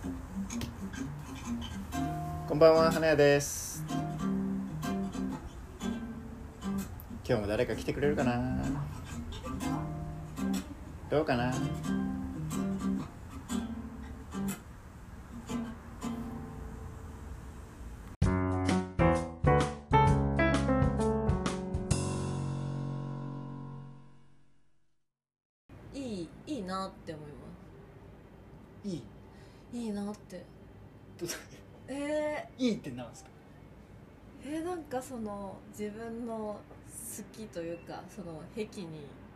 こんばんは、花屋です。今日も誰か来てくれるかな。どうかな。 いいなって思います。いいなっていいってなんですか？ なんかその自分の好きというか、その癖に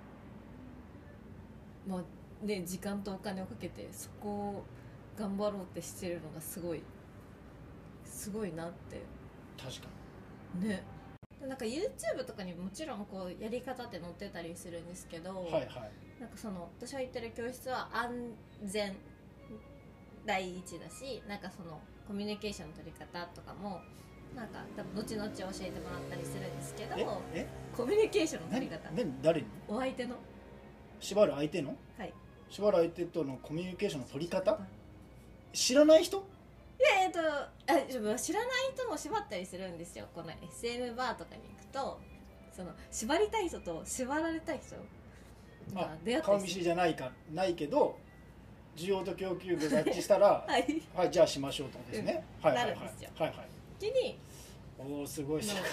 まあね、時間とお金をかけてそこを頑張ろうってしてるのがすごいなって確かね。なんか YouTube とかにもちろんこうやり方って載ってたりするんですけど、 に。はいはい。 なんかその私が行ってる教室は安全第一だし、なんかそのコミュニケーションの取り方とかもなんか後々教えてもらったりするんですけど、コミュニケーションの取り方、 誰に？ お相手の、 縛る相手の？ はい、 縛る相手とのコミュニケーションの取り方？知らない人？ 知らない人も縛ったりするんですよ。この SM バーとかに行くと、その縛りたい人と縛られたい人が出会って、 顔見知りじゃないけど需要と供給が合致したらはい、 はい、じゃあしましょうってことですね。はいはいはい。 なるんですよ。 はいはい。 時におお、すごいリ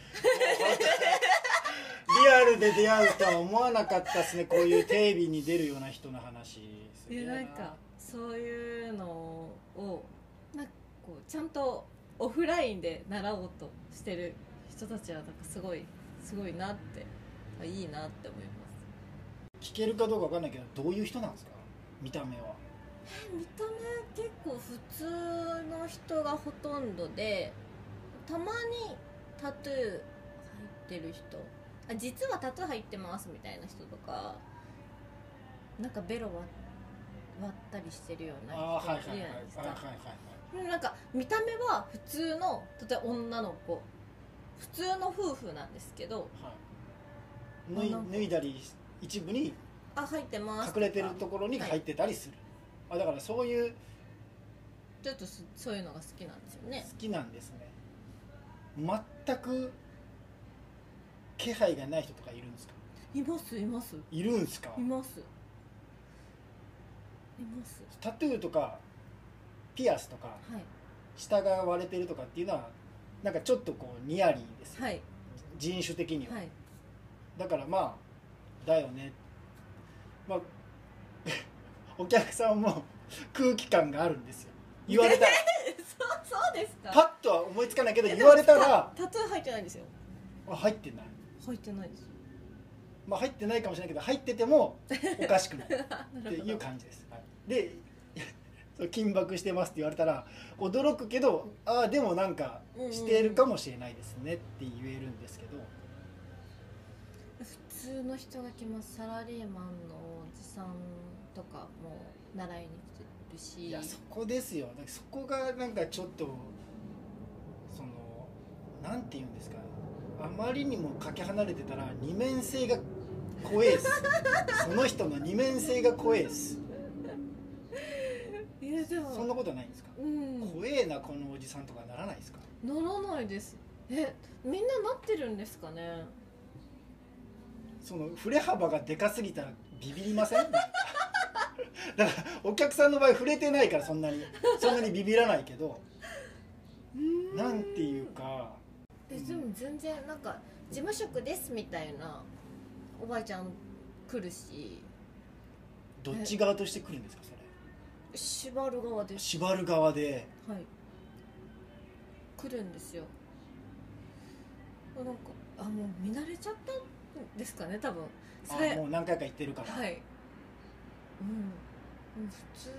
アルで出会うとは思わなかったですね。こういうテレビに出るような人の話。 なんかそういうのをなんかこうちゃんとオフラインで習おうとしてる人たちはなんかすごいなって、いいなって思います。 聞けるかどうかわかんないけど、どういう人なんですか？見た目は。 見た目結構普通の人がほとんどで、たまにタトゥー入ってる人、実はタトゥー入ってますみたいな人とか、なんかベロ割ったりしてるような人いるじゃないですか。なんか見た目は普通の、例えば女の子、普通の夫婦なんですけど、 脱いだり一部に入ってます隠れてるところに入ってたりする、だからそういうちょっとそういうのが好きなんですよね。 好きなんですね。全く気配がない人とかいるんですか？ います。 いるんですか？ います。 タトゥーとかピアスとか、下が割れてるとかっていうのはなんかちょっとこうニヤリーですよ、人種的には、だからまあだよね、お客さんも空気感があるんですよ、言われたらそうですか？ パッとは思いつかないけど、言われたらタトゥー入ってないんですよ。 入ってないですよ。 入ってないかもしれないけど、入っててもおかしくないっていう感じです、で金箔してますって言われたら驚くけど、でもなんかしてるかもしれないですねって言えるんですけど、 普通の人が来ます。サラリーマンのおじさんとかも習いに来てるし、 いやそこですよ。そこがなんかちょっとそのなんて言うんですか、あまりにもかけ離れてたら二面性が怖えですその人の二面性が怖えです。 いやでもそんなことはないんですか？怖えなこのおじさんとかならないですか？ ならないです。みんななってるんですかね。 その振れ幅がでかすぎたらビビりません？だからお客さんの場合触れてないからそんなにビビらないけど、なんていうか、 でも全然なんか事務職ですみたいなおばあちゃん来るし。 どっち側として来るんですか？それ縛る側です。 縛る側で、 来るんですよ。なんかもう見慣れちゃったんですかね、多分。 もう何回か行ってるから。 普通。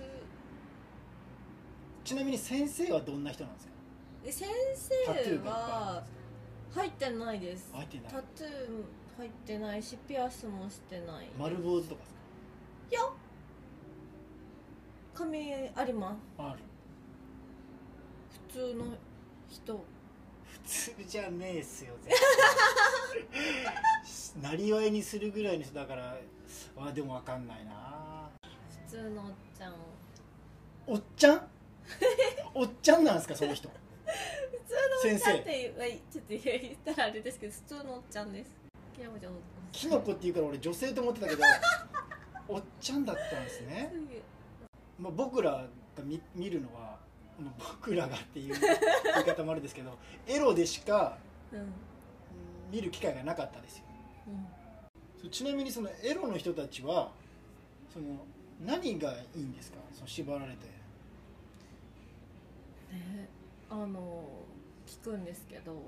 ちなみに先生はどんな人なんですか？ 先生は入ってないです。 入ってない。 タトゥー入ってないし、ピアスもしてない。 丸坊主とかですか？ いや、髪あります。 ある。 普通の人。 普通じゃねえっすよなりわいにするぐらいの人だから、でも分かんないな。 普通のおっちゃん。 おっちゃん？ おっちゃんなんですかその人。 普通のおっちゃんっ先てちょっと言ったらあれですけど、普通のおっちゃんです。きなこちゃんキノコっていうから俺女性と思ってたけどおっちゃんだったんですね。まあ、僕らが見るのは、まあ、僕らがっていう言い方もあるんですけどエロでしか見る機会がなかったですよ、ちなみにそのエロの人たちはその何がいいんですか、その縛られて。 ね、聞くんですけど、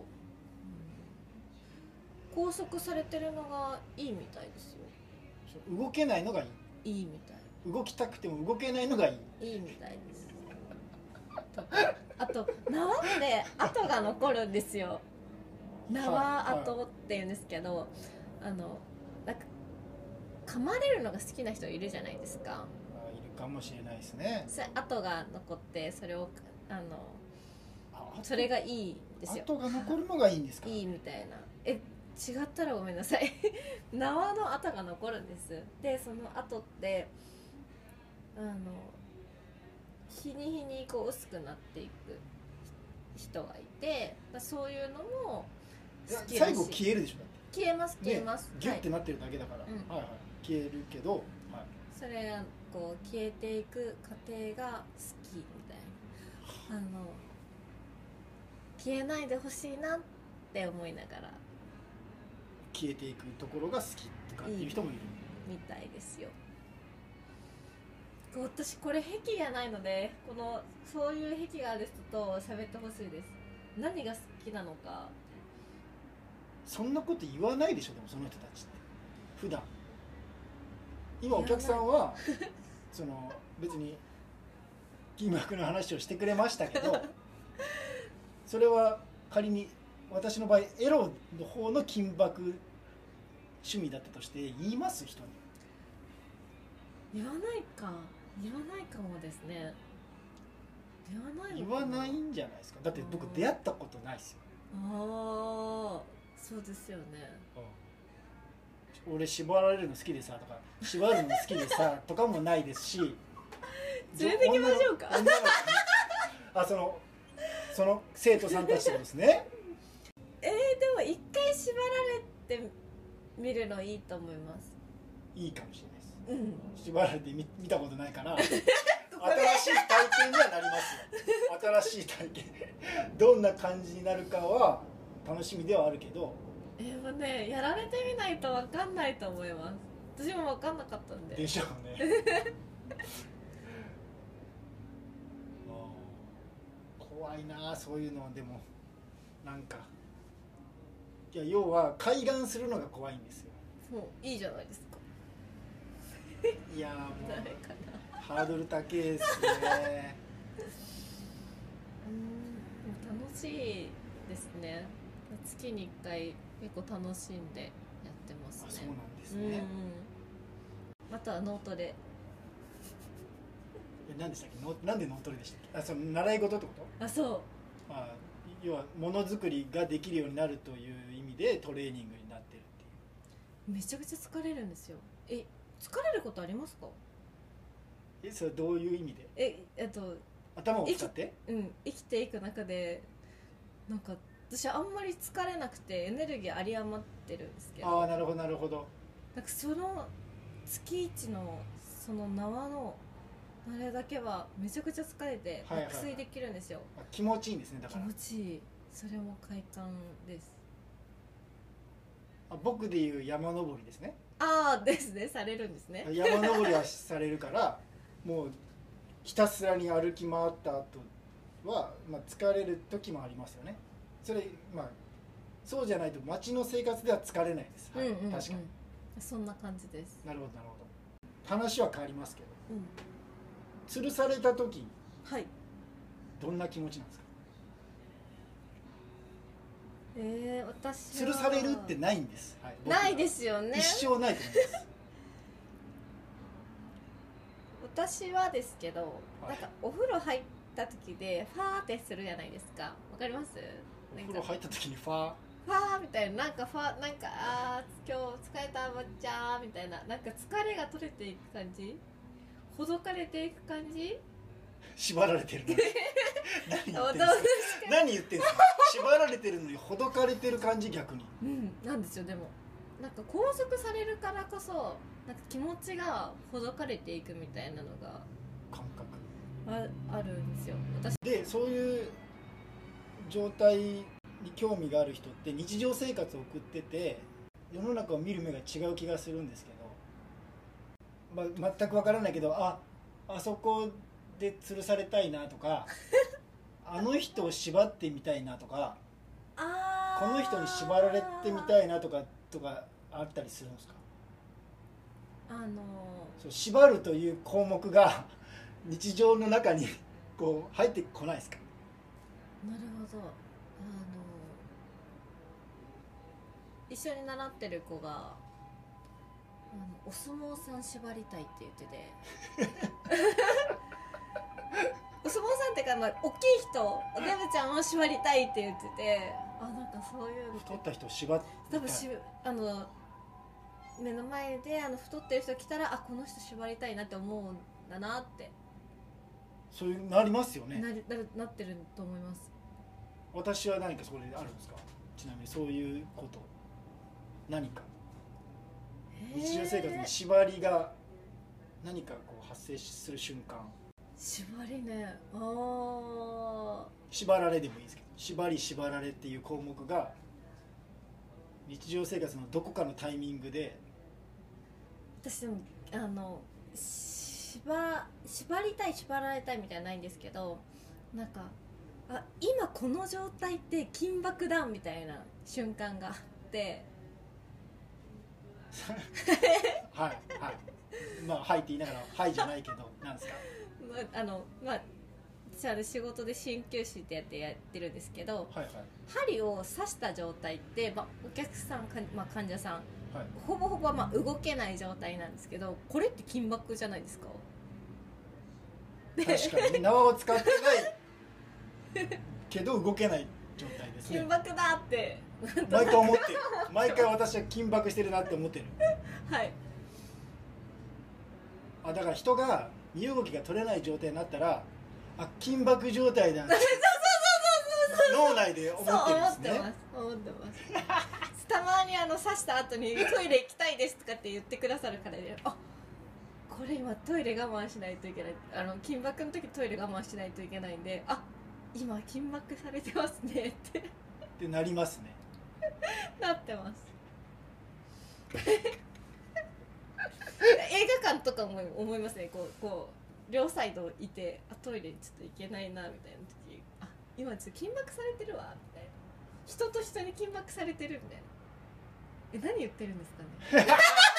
拘束されてるのがいいみたいですよ。 動けないのがいいいみたい。 動きたくても動けないのがいい。 いいみたいです。あと縄って跡が残るんですよ。縄跡って言うんですけど、なんか噛まれるのが好きな人いるじゃないですか。 いるかもしれないですね。 跡が残ってそれをそれがいいんですよ。 跡が残るのがいいんですか。 いいみたいな。違ったらごめんなさい縄の跡が残るんです。でその跡って日に日にこう薄くなっていく人がいて、そういうのも好きらしい。 最後消えるでしょ。だって消えます消えます、 ね、ギュッてなってるだけだから、はいはい、消えるけど、はい、 それがこう消えていく過程が好きみたいな、消えないでほしいなって思いながら消えていくところが好きとかっていう人もいるみたいですよ。私これ癖がないのでそういう癖がある人と喋ってほしいです。何が好きなのか。 そんなこと言わないでしょ。でもその人たちって普段今お客さんはその別に金額の話をしてくれましたけどそれは仮に私の場合エロの方の金箔趣味だったとして言います人に。 言わないかもですね。 言わないんじゃないですか。だって僕出会ったことないですよ。 ああそうですよね、 俺縛られるの好きでさとか縛るの好きでさとかもないですし連れてきましょうかその生徒さんたちってことですねでも一回縛られてみるのいいと思います。 いいかもしれないです、縛られて 見たことないから新しい体験にはなりますよ新しい体験どんな感じになるかは楽しみではあるけど、 もうねやられてみないと分かんないと思います。私も分かんなかったんで。 でしょうね怖いなそういうの。でもなんかいや要は開眼するのが怖いんですよ。 もういいじゃないですかいやもう誰かなハードル高いですね楽しいですね。月に1回結構楽しんでやってますね。 そうなんですね、 あとはノートで何でしたっけ。なんで脳トレでしたっけ。その習い事ってこと。 そう、 要はものづくりができるようになるという意味でトレーニングになってるっていう。 めちゃくちゃ疲れるんですよ。疲れることありますか。 それはどういう意味で。頭を使って生きていく中でなんか私あんまり疲れなくてエネルギー有り余ってるんですけど。 なるほどなるほど。 なんかその月一のその縄のあれだけはめちゃくちゃ疲れて爆睡できるんですよ、 気持ちいいんですね。だから気持ちいい。それも快感です。 僕でいう山登りですね。 ですね。されるんですね。 山登りはされるからもうひたすらに歩き回った後は、疲れる時もありますよね。それそうじゃないと街の生活では疲れないです、確かにそんな感じです。 なるほどなるほど。話は変わりますけど、吊るされた時、どんな気持ちなんですか。 私吊るされるってないんです、 ないですよね。 一生ないと思います私はですけど、なんかお風呂入った時でファーってするじゃないですか。わかります？ お風呂入った時にファーみたいな、なんか今日疲れたまっちゃーみたいな、なんか疲れが取れていく感じ、ほどかれていく感じ。 縛られてるのに私何言ってんすか縛られてるのにほどかれてる感じ逆に。 なんですよ。でもなんか拘束されるからこそなんか気持ちがほどかれていくみたいなのが感覚あるんですよ私で。そういう状態に興味がある人って日常生活を送ってて世の中を見る目が違う気がするんですけど、全くわからないけどあそこで吊るされたいなとかあの人を縛ってみたいなとかこの人に縛られてみたいなとかあったりするんですか？そう縛るという項目が日常の中にこう入ってこないですか？ なるほど。一緒に習ってる子がお相撲さん縛りたいって言っててお相撲さんってか、大きい人デブちゃんを縛りたいって言ってて、なんかそういう太った人を縛って多分目の前で太ってる人来たらこの人縛りたいなって思うんだなってそういうなりますよね。 なってると思います。 私は何かそれあるんですか？ちなみにそういうこと何か日常生活に縛りが何かこう発生する瞬間。 縛りね。 縛られでもいいですけど縛られっていう項目が日常生活のどこかのタイミングで。 私でも縛りたい縛られたいみたいなのないんですけど、なんか今この状態って緊縛だみたいな瞬間があってはいはいって言いながらはいじゃないけどなんですか？ 私仕事で鍼灸師ってやってるんですけど、 はいはい、 針を刺した状態って、お客さん患者さん、 はい、 ほぼほぼ動けない状態なんですけど、これって緊縛じゃないですか？ 確かに縄を使ってないけど動けない状態ですね。 緊縛だって毎回思ってる。毎回私は緊縛してるなって思ってる。 はい。 だから人が身動きが取れない状態になったら緊縛状態だって脳内で思ってるんですね。 思ってますたまに刺した後にトイレ行きたいですとかって言ってくださるからで、これ今トイレ我慢しないといけない、緊縛の時トイレ我慢しないといけないんで、今緊縛されてますねってなりますね。 なってます映画館とかも思いますね。こう両サイドいてトイレちょっと行けないなみたいな時、今ちょっと緊縛されてるわみたいな、人と人に緊縛されてるみたいな、何言ってるんですかね